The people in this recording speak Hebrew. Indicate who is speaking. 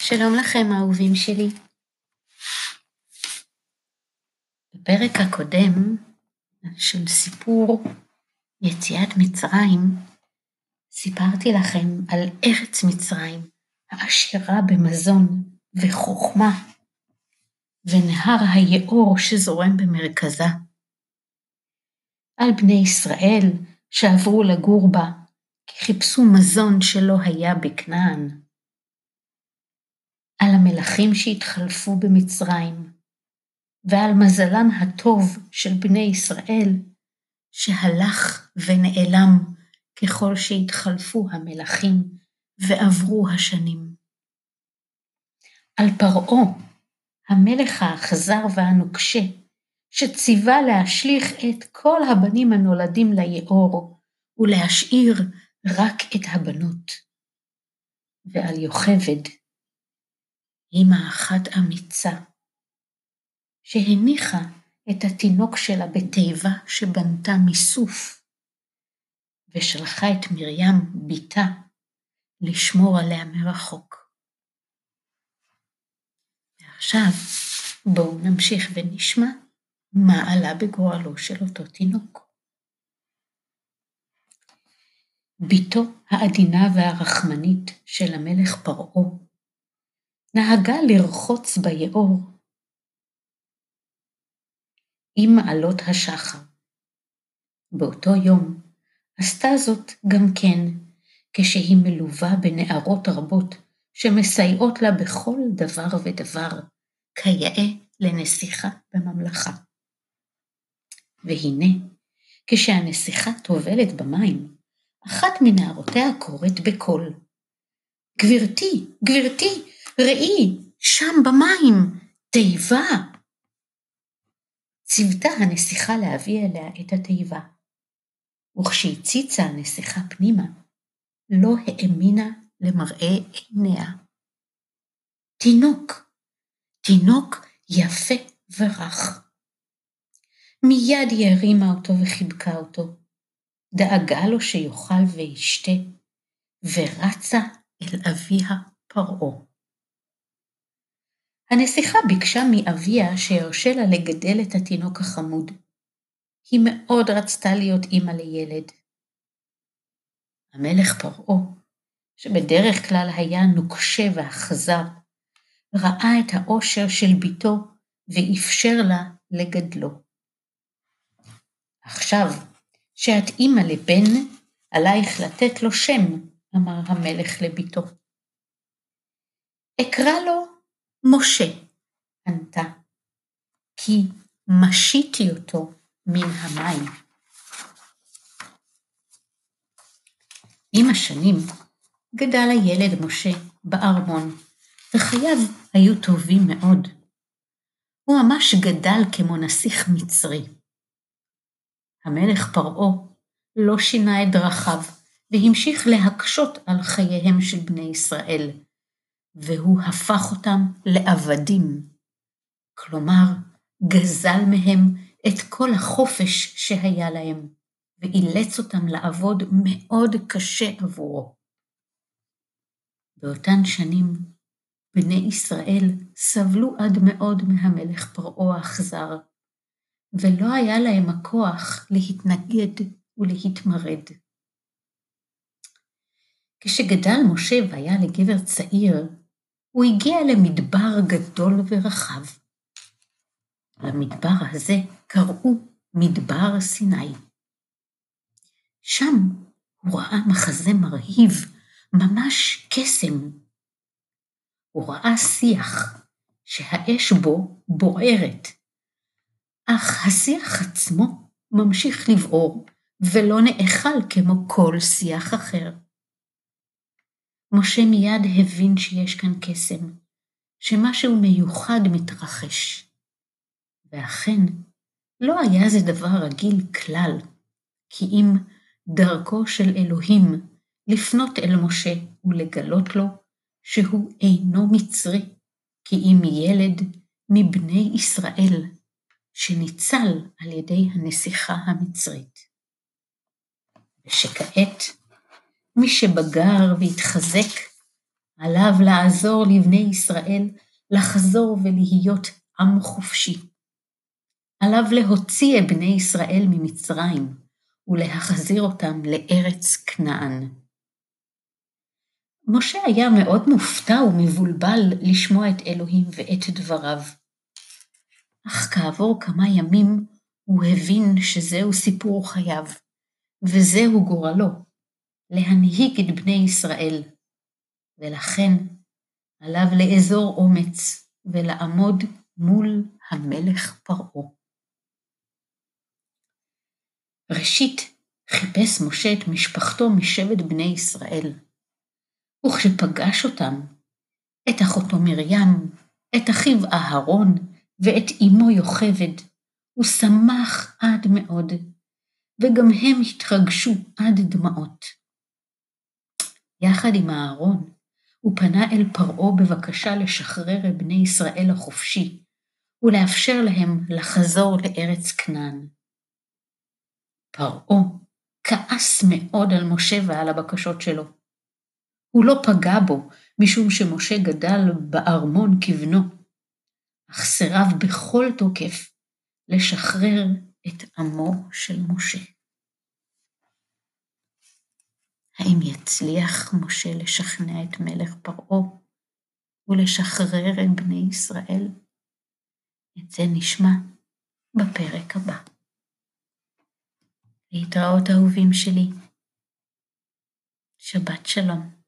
Speaker 1: שלום לכם האהובים שלי. בפרק הקודם של סיפור יציאת מצרים, סיפרתי לכם על ארץ מצרים העשירה במזון וחוכמה, ונהר היאור שזורם במרכזה. על בני ישראל שעברו לגור בה, כי חיפשו מזון שלא היה בכנען. על המלכים שהתחלפו במצרים, ועל מזלם הטוב של בני ישראל, שהלך ונעלם ככל שהתחלפו המלכים ועברו השנים. על פרעה, המלך האכזר והנוקשה, שציווה להשליך את כל הבנים הנולדים ליאור, ולהשאיר רק את הבנות. ועל יוכבד, אמא אחת אמיצה, שהניחה את התינוק שלה בתיבה שבנתה מסוף, ושלחה את מרים ביתה לשמור עליה מרחוק. ועכשיו בואו נמשיך ונשמע מה עלה בגורלו של אותו תינוק. ביתו העדינה והרחמנית של המלך פרעה נהגה לרחוץ ביאור עם עלות השחר. באותו יום עשתה זאת גם כן, כשהיא מלווה בנערות רבות שמסייעות לה בכל דבר ודבר, כיאה לנסיכה בממלכה. והנה, כשהנסיכה טובלת במים, אחת מנערותיה קוראת בקול, גברתי, גברתי, ראי, שם במים, תיבה. ציוותה הנסיכה להביא אליה את התיבה, וכשהציצה הנסיכה פנימה, לא האמינה למראה עיניה. תינוק יפה ורך. מיד היא הרימה אותו וחיבקה אותו, דאגה לו שיאכל וישתה, ורצה אל אביה פרעה. הנסיכה ביקשה מאביה שירשה לה לגדל את התינוק החמוד. היא מאוד רצתה להיות אמא לילד. המלך פרעה, שבדרך כלל היה נוקשה ואכזר, ראה את האושר של ביתו ואפשר לה לגדלו. עכשיו, שאת אמא לבן, עלייך לתת לו שם, אמר המלך לביתו. אקרא לו משה, ענתה, כי משיתי אותו מן המים. עם השנים גדל הילד משה בארמון, וחייו היו טובים מאוד. הוא ממש גדל כמו נסיך מצרי. המלך פרעה לא שינה את דרכיו, והמשיך להקשות על חייהם של בני ישראל, והוא הפך אותם לעבדים, כלומר גזל מהם את כל החופש שהיה להם, ואילץ אותם לעבוד מאוד קשה עבורו. באותן שנים בני ישראל סבלו עד מאוד מהמלך פרעה האכזר, ולא היה להם הכוח להתנגד ולהתמרד. כשגדל משה והיה לגבר צעיר, הוא הגיע למדבר גדול ורחב. למדבר הזה קראו מדבר סיני. שם הוא ראה מחזה מרהיב, ממש קסם. הוא ראה שיח שהאש בו בוערת, אך השיח עצמו ממשיך לבעור ולא נאכל כמו כל שיח אחר. משה מיד הבין שיש כאן קסם, שמשהו מיוחד מתרחש. ואכן, לא היה זה דבר רגיל כלל, כי אם דרכו של אלוהים לפנות אל משה ולגלות לו שהוא אינו מצרי, כי אם ילד מבני ישראל שניצל על ידי הנסיכה המצרית. ושכעת מי שבגר והתחזק עליו לעזור לבני ישראל לחזור ולהיות עם חופשי. עליו להוציא את בני ישראל ממצרים ולהחזיר אותם לארץ כנען. משה היה מאוד מופתע ומבולבל לשמוע את אלוהים ואת דבריו. אך כעבור כמה ימים הוא הבין שזהו סיפור חייו, וזהו גורלו, להנהיג את בני ישראל, ולכן עליו לאזור אומץ ולעמוד מול המלך פרעה. ראשית חיפש משה את משפחתו משבט בני ישראל, וכשפגש אותם, את אחותו מרים, את אחיו אהרון ואת אמו יוכבד, הוא שמח עד מאוד, וגם הם התרגשו עד דמעות. יחד עם אהרון, הוא פנה אל פרעה בבקשה לשחרר את בני ישראל החופשי, ולאפשר להם לחזור לארץ כנען. פרעה כעס מאוד על משה ועל הבקשות שלו. הוא לא פגע בו, משום שמשה גדל בארמון כבנו, אך סירב בכל תוקף לשחרר את עמו של משה. האם יצליח משה לשכנע את מלך פרעה ולשחרר את בני ישראל? את זה נשמע בפרק הבא. להתראות אהובים שלי. שבת שלום.